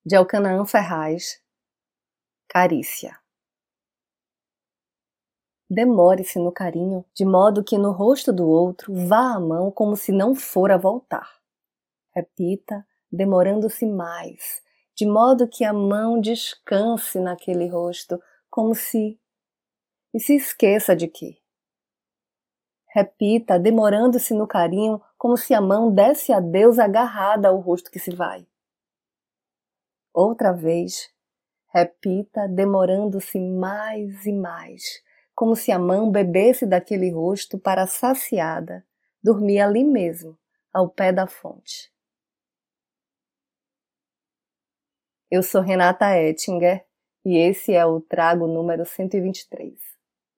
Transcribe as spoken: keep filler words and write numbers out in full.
de Elcanaã Ferraz, Carícia. Demore-se no carinho, de modo que no rosto do outro vá a mão como se não fora voltar. Repita, demorando-se mais, de modo que a mão descanse naquele rosto, como se... E se esqueça de quê? Repita, demorando-se no carinho, como se a mão desse adeus agarrada ao rosto que se vai. Outra vez, repita, demorando-se mais e mais, como se a mão bebesse daquele rosto para saciada, dormir ali mesmo, ao pé da fonte. Eu sou Renata Ettinger e esse é o Trago número cento e vinte e três.